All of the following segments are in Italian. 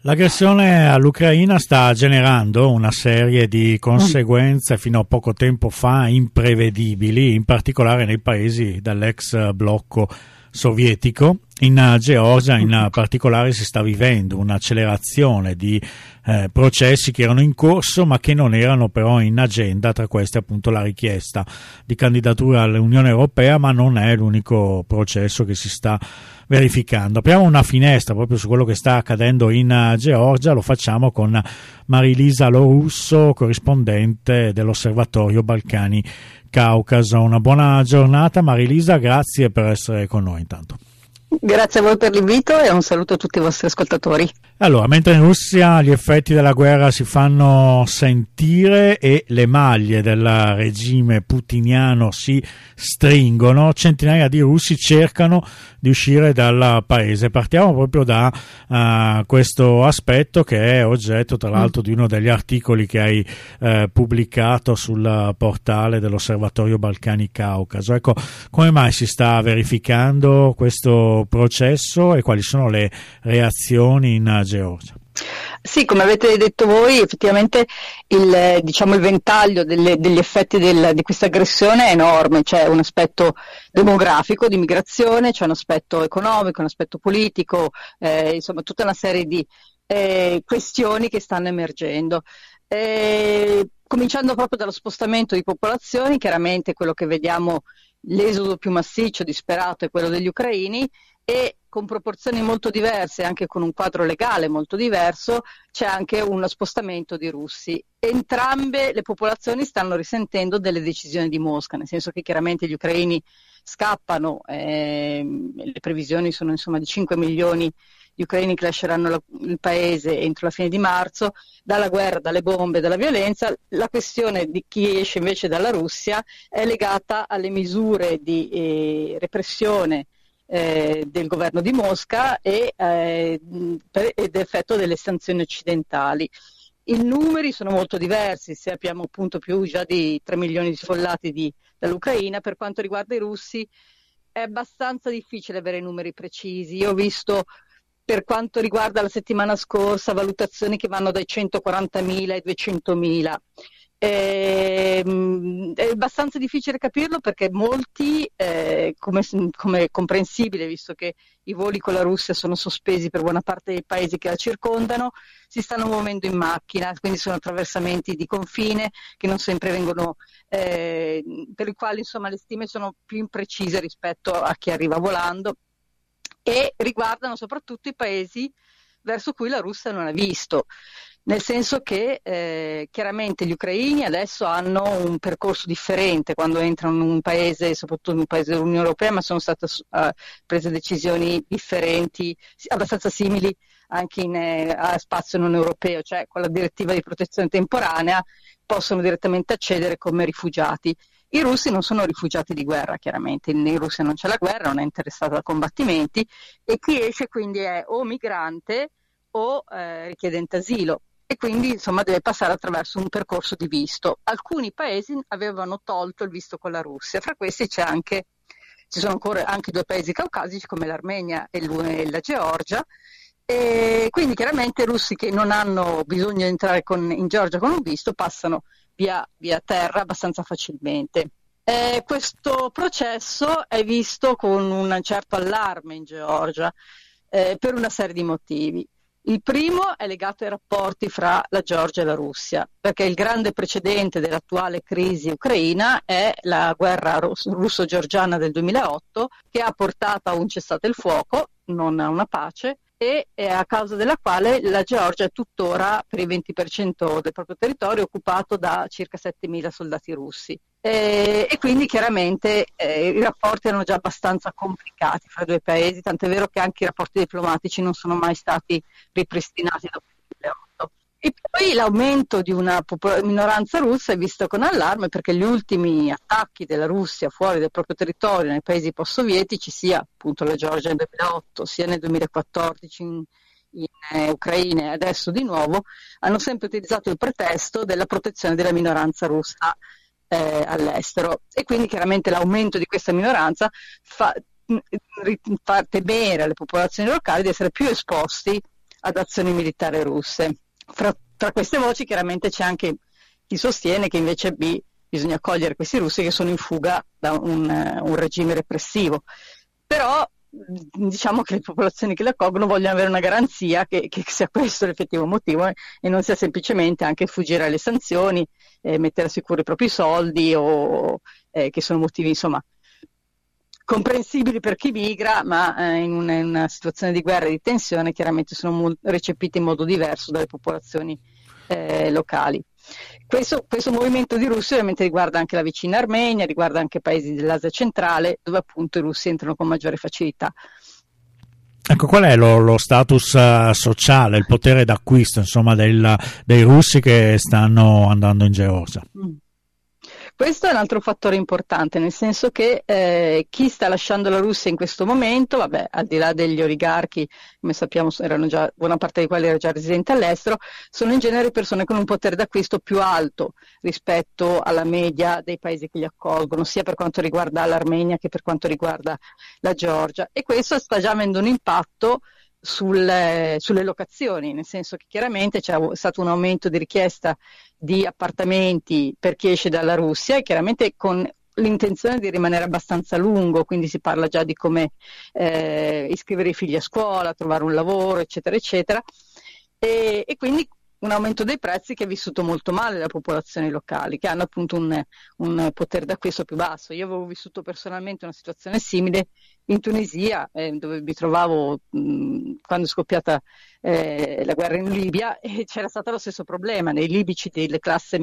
L'aggressione all'Ucraina sta generando una serie di conseguenze fino a poco tempo fa imprevedibili, in particolare nei paesi dell'ex blocco sovietico. In Georgia in particolare si sta vivendo un'accelerazione di processi che erano in corso ma che non erano però in agenda, tra questi appunto la richiesta di candidatura all'Unione Europea, ma non è l'unico processo che si sta verificando. Apriamo una finestra proprio su quello che sta accadendo in Georgia, lo facciamo con Marilisa Lorusso, corrispondente dell'Osservatorio Balcani Caucaso. Una buona giornata Marilisa, grazie per essere con noi intanto. Grazie a voi per l'invito e un saluto a tutti i vostri ascoltatori. Allora, mentre in Russia gli effetti della guerra si fanno sentire e le maglie del regime putiniano si stringono, centinaia di russi cercano di uscire dal paese. Partiamo proprio da questo aspetto, che è oggetto tra l'altro di uno degli articoli che hai pubblicato sul portale dell'Osservatorio Balcani Caucaso. Ecco, come mai si sta verificando questo processo e quali sono le reazioni in Georgia? Sì, come avete detto voi, effettivamente il ventaglio degli effetti di questa aggressione è enorme. C'è un aspetto demografico di migrazione, c'è un aspetto economico, un aspetto politico, insomma tutta una serie di questioni che stanno emergendo. Cominciando proprio dallo spostamento di popolazioni, chiaramente quello che vediamo, l'esodo più massiccio, disperato, è quello degli ucraini, e con proporzioni molto diverse, anche con un quadro legale molto diverso, c'è anche uno spostamento di russi. Entrambe le popolazioni stanno risentendo delle decisioni di Mosca, nel senso che chiaramente gli ucraini scappano, le previsioni sono insomma di 5 milioni di ucraini che lasceranno il paese entro la fine di marzo, dalla guerra, dalle bombe, dalla violenza. La questione di chi esce invece dalla Russia è legata alle misure di repressione del governo di Mosca e per effetto delle sanzioni occidentali. I numeri sono molto diversi, se abbiamo appunto più già di 3 milioni di sfollati dall'Ucraina. Per quanto riguarda i russi è abbastanza difficile avere numeri precisi. Io ho visto, per quanto riguarda la settimana scorsa, valutazioni che vanno dai 140.000 ai 200.000. È abbastanza difficile capirlo perché molti, come è comprensibile, visto che i voli con la Russia sono sospesi per buona parte dei paesi che la circondano, si stanno muovendo in macchina, quindi sono attraversamenti di confine che non sempre vengono, per i quali insomma le stime sono più imprecise rispetto a chi arriva volando, e riguardano soprattutto i paesi verso cui la Russia non ha visto. Nel senso che chiaramente gli ucraini adesso hanno un percorso differente quando entrano in un paese, soprattutto in un paese dell'Unione Europea, ma sono state prese decisioni differenti, abbastanza simili anche a spazio non europeo, cioè con la direttiva di protezione temporanea possono direttamente accedere come rifugiati. I russi non sono rifugiati di guerra, chiaramente, in Russia non c'è la guerra, non è interessata a combattimenti, e chi esce quindi è o migrante o richiedente asilo. E quindi insomma deve passare attraverso un percorso di visto. Alcuni paesi avevano tolto il visto con la Russia, fra questi ci sono ancora anche 2 paesi caucasici come l'Armenia e la Georgia, e quindi chiaramente i russi che non hanno bisogno di entrare in Georgia con un visto passano via terra abbastanza facilmente. Questo processo è visto con un certo allarme in Georgia per una serie di motivi. Il primo è legato ai rapporti fra la Georgia e la Russia, perché il grande precedente dell'attuale crisi ucraina è la guerra russo-georgiana del 2008, che ha portato a un cessate il fuoco, non a una pace, e a causa della quale la Georgia è tuttora, per il 20% del proprio territorio, occupato da circa 7.000 soldati russi. E quindi chiaramente i rapporti erano già abbastanza complicati fra i 2 paesi, tant'è vero che anche i rapporti diplomatici non sono mai stati ripristinati dopo il 2008. E poi l'aumento di una minoranza russa è visto con allarme perché gli ultimi attacchi della Russia fuori del proprio territorio nei paesi post-sovietici, sia appunto la Georgia nel 2008, sia nel 2014 in Ucraina e adesso di nuovo, hanno sempre utilizzato il pretesto della protezione della minoranza russa all'estero, e quindi chiaramente l'aumento di questa minoranza fa temere alle popolazioni locali di essere più esposti ad azioni militari russe. Tra queste voci chiaramente c'è anche chi sostiene che invece bisogna accogliere questi russi che sono in fuga da un regime repressivo. Però diciamo che le popolazioni che li accolgono vogliono avere una garanzia che sia questo l'effettivo motivo e non sia semplicemente anche fuggire alle sanzioni, mettere a sicuro i propri soldi o che sono motivi insomma comprensibili per chi migra, ma in una situazione di guerra e di tensione chiaramente sono recepiti in modo diverso dalle popolazioni locali. Questo movimento di russi ovviamente riguarda anche la vicina Armenia, riguarda anche paesi dell'Asia centrale, dove appunto i russi entrano con maggiore facilità. Ecco, qual è lo status sociale, il potere d'acquisto, insomma, dei russi che stanno andando in Georgia? Questo è un altro fattore importante, nel senso che chi sta lasciando la Russia in questo momento, vabbè, al di là degli oligarchi, come sappiamo erano già, buona parte dei quali era già residente all'estero, sono in genere persone con un potere d'acquisto più alto rispetto alla media dei paesi che li accolgono, sia per quanto riguarda l'Armenia che per quanto riguarda la Georgia. E questo sta già avendo un impatto sulle locazioni, nel senso che chiaramente c'è stato un aumento di richiesta di appartamenti per chi esce dalla Russia e chiaramente con l'intenzione di rimanere abbastanza a lungo, quindi si parla già di come iscrivere i figli a scuola, trovare un lavoro, eccetera, eccetera, e quindi un aumento dei prezzi che è vissuto molto male da popolazioni locali, che hanno appunto un potere d'acquisto più basso. Io avevo vissuto personalmente una situazione simile in Tunisia, dove mi trovavo quando è scoppiata la guerra in Libia, e c'era stato lo stesso problema, nei libici delle classe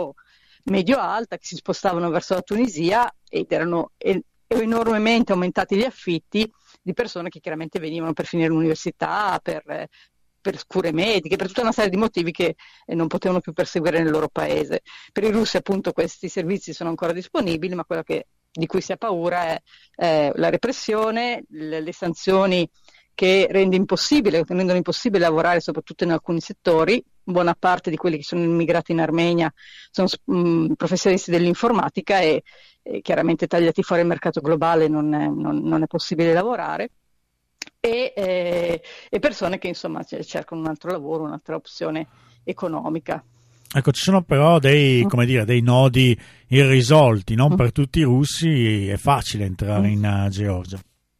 medio-alta che si spostavano verso la Tunisia ed erano enormemente aumentati gli affitti di persone che chiaramente venivano per finire l'università, per cure mediche, per tutta una serie di motivi che non potevano più perseguire nel loro paese. Per i russi appunto questi servizi sono ancora disponibili, ma quello di cui si ha paura è la repressione, le sanzioni che rendono impossibile lavorare soprattutto in alcuni settori. Buona parte di quelli che sono immigrati in Armenia sono professionisti dell'informatica e chiaramente tagliati fuori il mercato globale non è possibile lavorare. E persone che insomma cercano un altro lavoro, un'altra opzione economica. Ecco, ci sono però dei nodi irrisolti, non per tutti i russi è facile entrare in Georgia.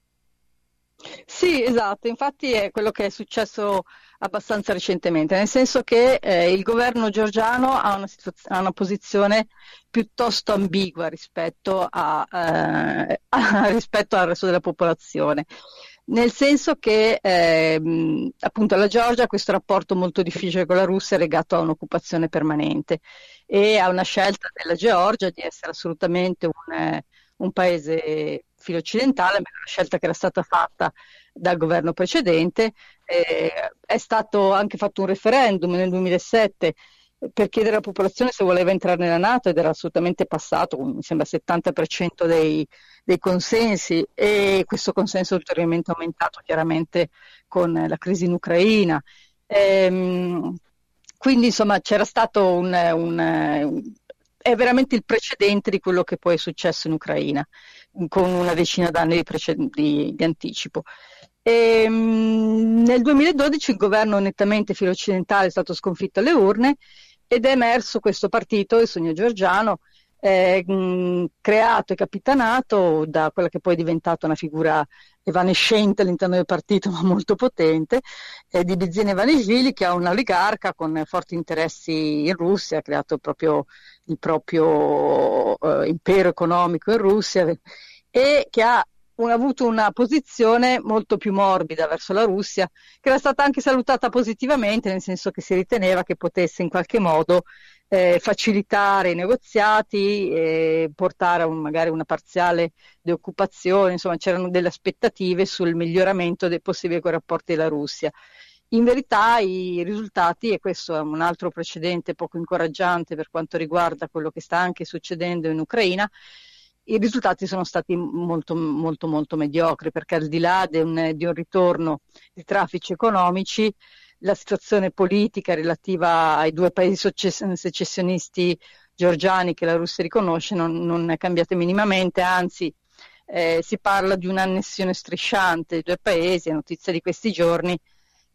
Sì, esatto, infatti è quello che è successo abbastanza recentemente, nel senso che il governo georgiano ha una posizione piuttosto ambigua rispetto al resto della popolazione. Nel senso che appunto la Georgia ha questo rapporto molto difficile con la Russia legato a un'occupazione permanente e a una scelta della Georgia di essere assolutamente un paese filo-occidentale, ma una scelta che era stata fatta dal governo precedente. È stato anche fatto un referendum nel 2007 per chiedere alla popolazione se voleva entrare nella NATO ed era assolutamente passato, mi sembra il 70% dei consensi, e questo consenso è ulteriormente aumentato chiaramente con la crisi in Ucraina. Quindi insomma c'era stato è veramente il precedente di quello che poi è successo in Ucraina, con una decina d'anni di anticipo. Nel 2012 il governo nettamente filo-occidentale è stato sconfitto alle urne ed è emerso questo partito, il Sogno Georgiano, creato e capitanato da quella che poi è diventata una figura evanescente all'interno del partito, ma molto potente, di Bidzina Ivanishvili, che è un oligarca con forti interessi in Russia, ha creato il proprio impero economico in Russia e che ha avuto una posizione molto più morbida verso la Russia, che era stata anche salutata positivamente, nel senso che si riteneva che potesse in qualche modo facilitare i negoziati, portare magari una parziale deoccupazione, insomma c'erano delle aspettative sul miglioramento dei possibili rapporti della Russia. In verità i risultati, e questo è un altro precedente poco incoraggiante per quanto riguarda quello che sta anche succedendo in Ucraina, i risultati sono stati molto molto molto mediocri, perché al di là di un ritorno di traffici economici, la situazione politica relativa ai due paesi secessionisti georgiani che la Russia riconosce non è cambiata minimamente, anzi si parla di un'annessione strisciante dei due paesi. È notizia di questi giorni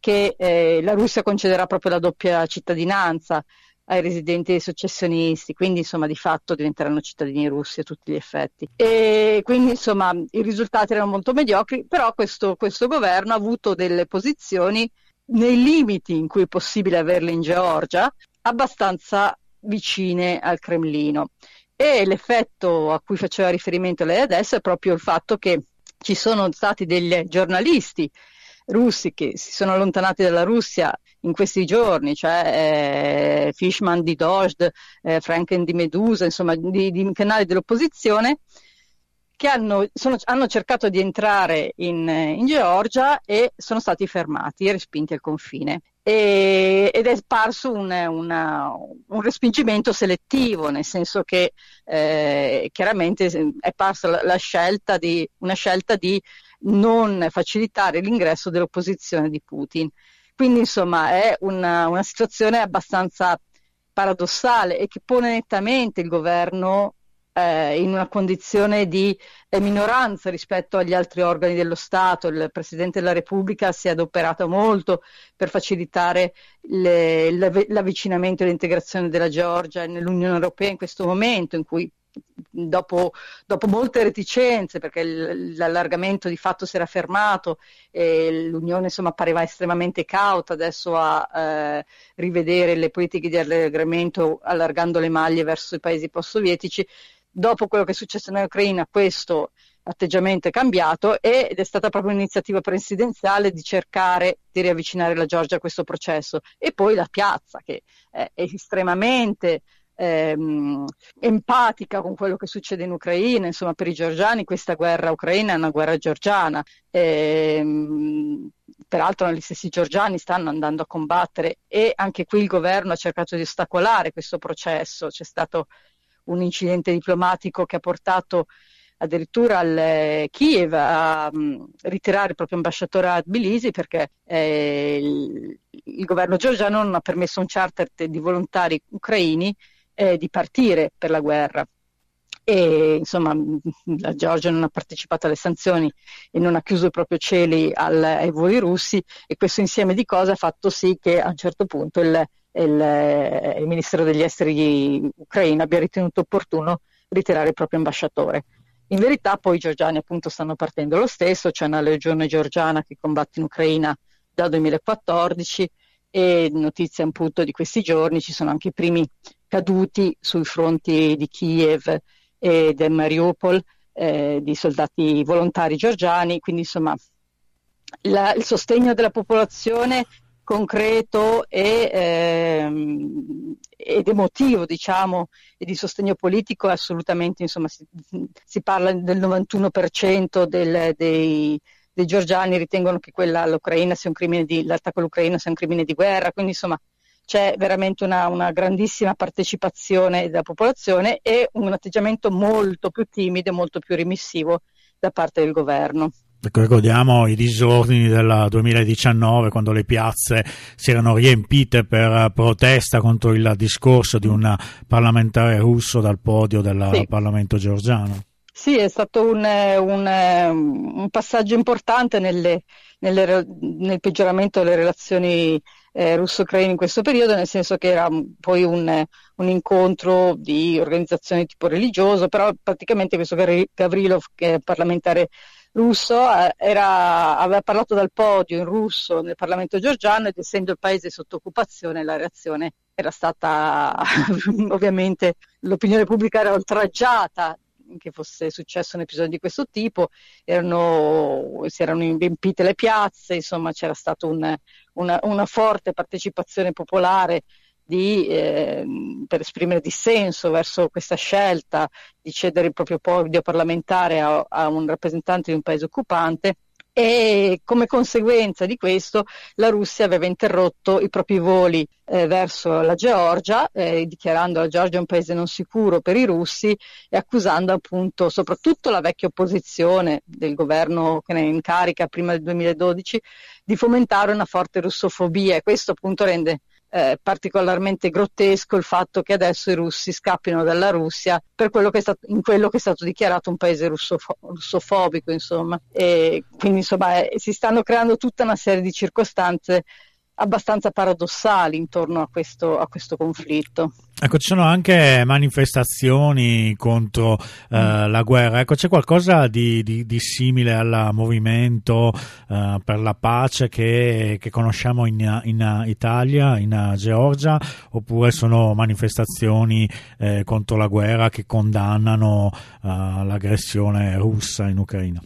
che la Russia concederà proprio la doppia cittadinanza ai residenti e ai successionisti, quindi insomma di fatto diventeranno cittadini russi a tutti gli effetti. E quindi insomma i risultati erano molto mediocri, però questo governo ha avuto delle posizioni nei limiti in cui è possibile averle in Georgia, abbastanza vicine al Cremlino. E l'effetto a cui faceva riferimento lei adesso è proprio il fatto che ci sono stati degli giornalisti russi che si sono allontanati dalla Russia in questi giorni, cioè Fishman di Dojd, Franken di Medusa, insomma di canali dell'opposizione, che hanno cercato di entrare in Georgia e sono stati fermati e respinti al confine. Ed è parso un respingimento selettivo, nel senso che chiaramente è parsa una scelta di non facilitare l'ingresso dell'opposizione di Putin. Quindi insomma è una situazione abbastanza paradossale e che pone nettamente il governo in una condizione di minoranza rispetto agli altri organi dello Stato. Il Presidente della Repubblica si è adoperato molto per facilitare l'avvicinamento e l'integrazione della Georgia nell'Unione Europea in questo momento, in cui dopo molte reticenze, perché l'allargamento di fatto si era fermato e l'Unione insomma pareva estremamente cauta adesso a rivedere le politiche di allargamento allargando le maglie verso i paesi post-sovietici. Dopo quello che è successo in Ucraina, questo atteggiamento è cambiato ed è stata proprio un'iniziativa presidenziale di cercare di riavvicinare la Georgia a questo processo. E poi la piazza, che è estremamente empatica con quello che succede in Ucraina. Insomma, per i georgiani questa guerra ucraina è una guerra georgiana. Peraltro gli stessi georgiani stanno andando a combattere e anche qui il governo ha cercato di ostacolare questo processo. C'è stato un incidente diplomatico che ha portato addirittura al Kiev a ritirare il proprio ambasciatore a Tbilisi, perché il governo georgiano non ha permesso un charter di volontari ucraini di partire per la guerra. E insomma la Georgia non ha partecipato alle sanzioni e non ha chiuso i propri cieli ai voli russi, e questo insieme di cose ha fatto sì che a un certo punto il Ministero degli Esteri ucraino abbia ritenuto opportuno ritirare il proprio ambasciatore. In verità poi i georgiani appunto stanno partendo lo stesso, c'è una legione georgiana che combatte in Ucraina dal 2014 e notizie appunto di questi giorni ci sono anche i primi caduti sui fronti di Kiev e di Mariupol, di soldati volontari georgiani, quindi insomma il sostegno della popolazione concreto ed emotivo, diciamo, e di sostegno politico assolutamente, insomma, si parla del 91% dei georgiani ritengono che all'Ucraina sia un crimine l'attacco all'Ucraina sia un crimine di guerra, quindi insomma c'è veramente una grandissima partecipazione della popolazione e un atteggiamento molto più timido e molto più remissivo da parte del governo. Ecco, ricordiamo i disordini del 2019, quando le piazze si erano riempite per protesta contro il discorso di un parlamentare russo dal podio del Parlamento georgiano. Sì, è stato un passaggio importante nel peggioramento delle relazioni russo-ucraine in questo periodo, nel senso che era poi un incontro di organizzazioni tipo religioso, però praticamente questo Gavrilov, che è parlamentare russo, aveva parlato dal podio in russo nel Parlamento georgiano, ed essendo il paese sotto occupazione la reazione era stata ovviamente l'opinione pubblica era oltraggiata che fosse successo un episodio di questo tipo, si erano riempite le piazze, insomma c'era stata una forte partecipazione popolare per esprimere dissenso verso questa scelta di cedere il proprio podio parlamentare a un rappresentante di un paese occupante. E come conseguenza di questo la Russia aveva interrotto i propri voli verso la Georgia, dichiarando la Georgia un paese non sicuro per i russi e accusando appunto soprattutto la vecchia opposizione del governo che ne è in carica prima del 2012 di fomentare una forte russofobia, e questo appunto rende particolarmente grottesco il fatto che adesso i russi scappino dalla Russia per in quello che è stato dichiarato un paese russofobico, insomma. E quindi insomma si stanno creando tutta una serie di circostanze abbastanza paradossali intorno a questo conflitto. Ecco, ci sono anche manifestazioni contro la guerra. Ecco, c'è qualcosa di simile al movimento per la pace che conosciamo in Italia, in Georgia, oppure sono manifestazioni contro la guerra che condannano l'aggressione russa in Ucraina?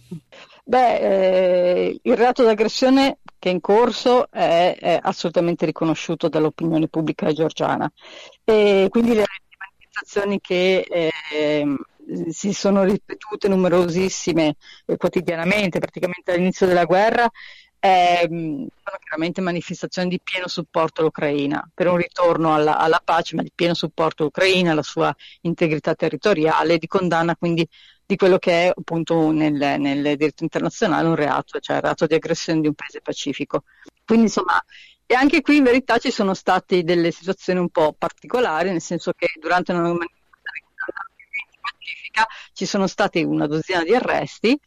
Il reato d'aggressione che è in corso è assolutamente riconosciuto dall'opinione pubblica georgiana, e quindi le manifestazioni che si sono ripetute numerosissime quotidianamente, praticamente all'inizio della guerra, sono chiaramente manifestazioni di pieno supporto all'Ucraina, per un ritorno alla pace, ma di pieno supporto all'Ucraina, alla sua integrità territoriale, di condanna quindi di quello che è appunto nel diritto internazionale un reato, cioè il reato di aggressione di un paese pacifico. Quindi insomma, e anche qui in verità ci sono state delle situazioni un po' particolari, nel senso che durante una manifestazione pacifica ci sono stati una dozzina di arresti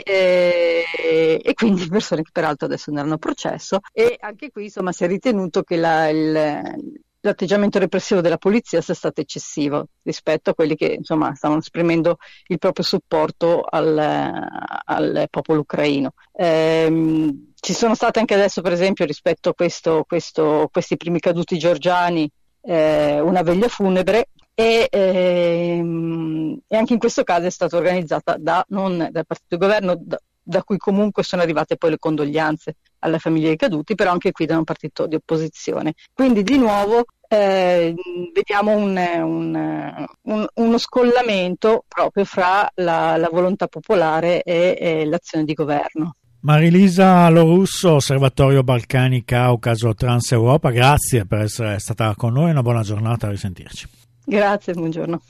e quindi persone che peraltro adesso andranno a processo, e anche qui insomma si è ritenuto che l'atteggiamento repressivo della polizia sia stato eccessivo rispetto a quelli che insomma stavano esprimendo il proprio supporto al popolo ucraino. Ci sono state anche adesso, per esempio, rispetto a questi primi caduti georgiani, una veglia funebre, e anche in questo caso è stata organizzata non dal partito di governo, da cui comunque sono arrivate poi le condoglianze alle famiglie dei caduti, però anche qui da un partito di opposizione. Quindi di nuovo vediamo uno scollamento proprio fra la volontà popolare e l'azione di governo. Marilisa Lorusso, Osservatorio Balcani Caucaso Transeuropa, grazie per essere stata con noi, una buona giornata, a risentirci. Grazie, buongiorno.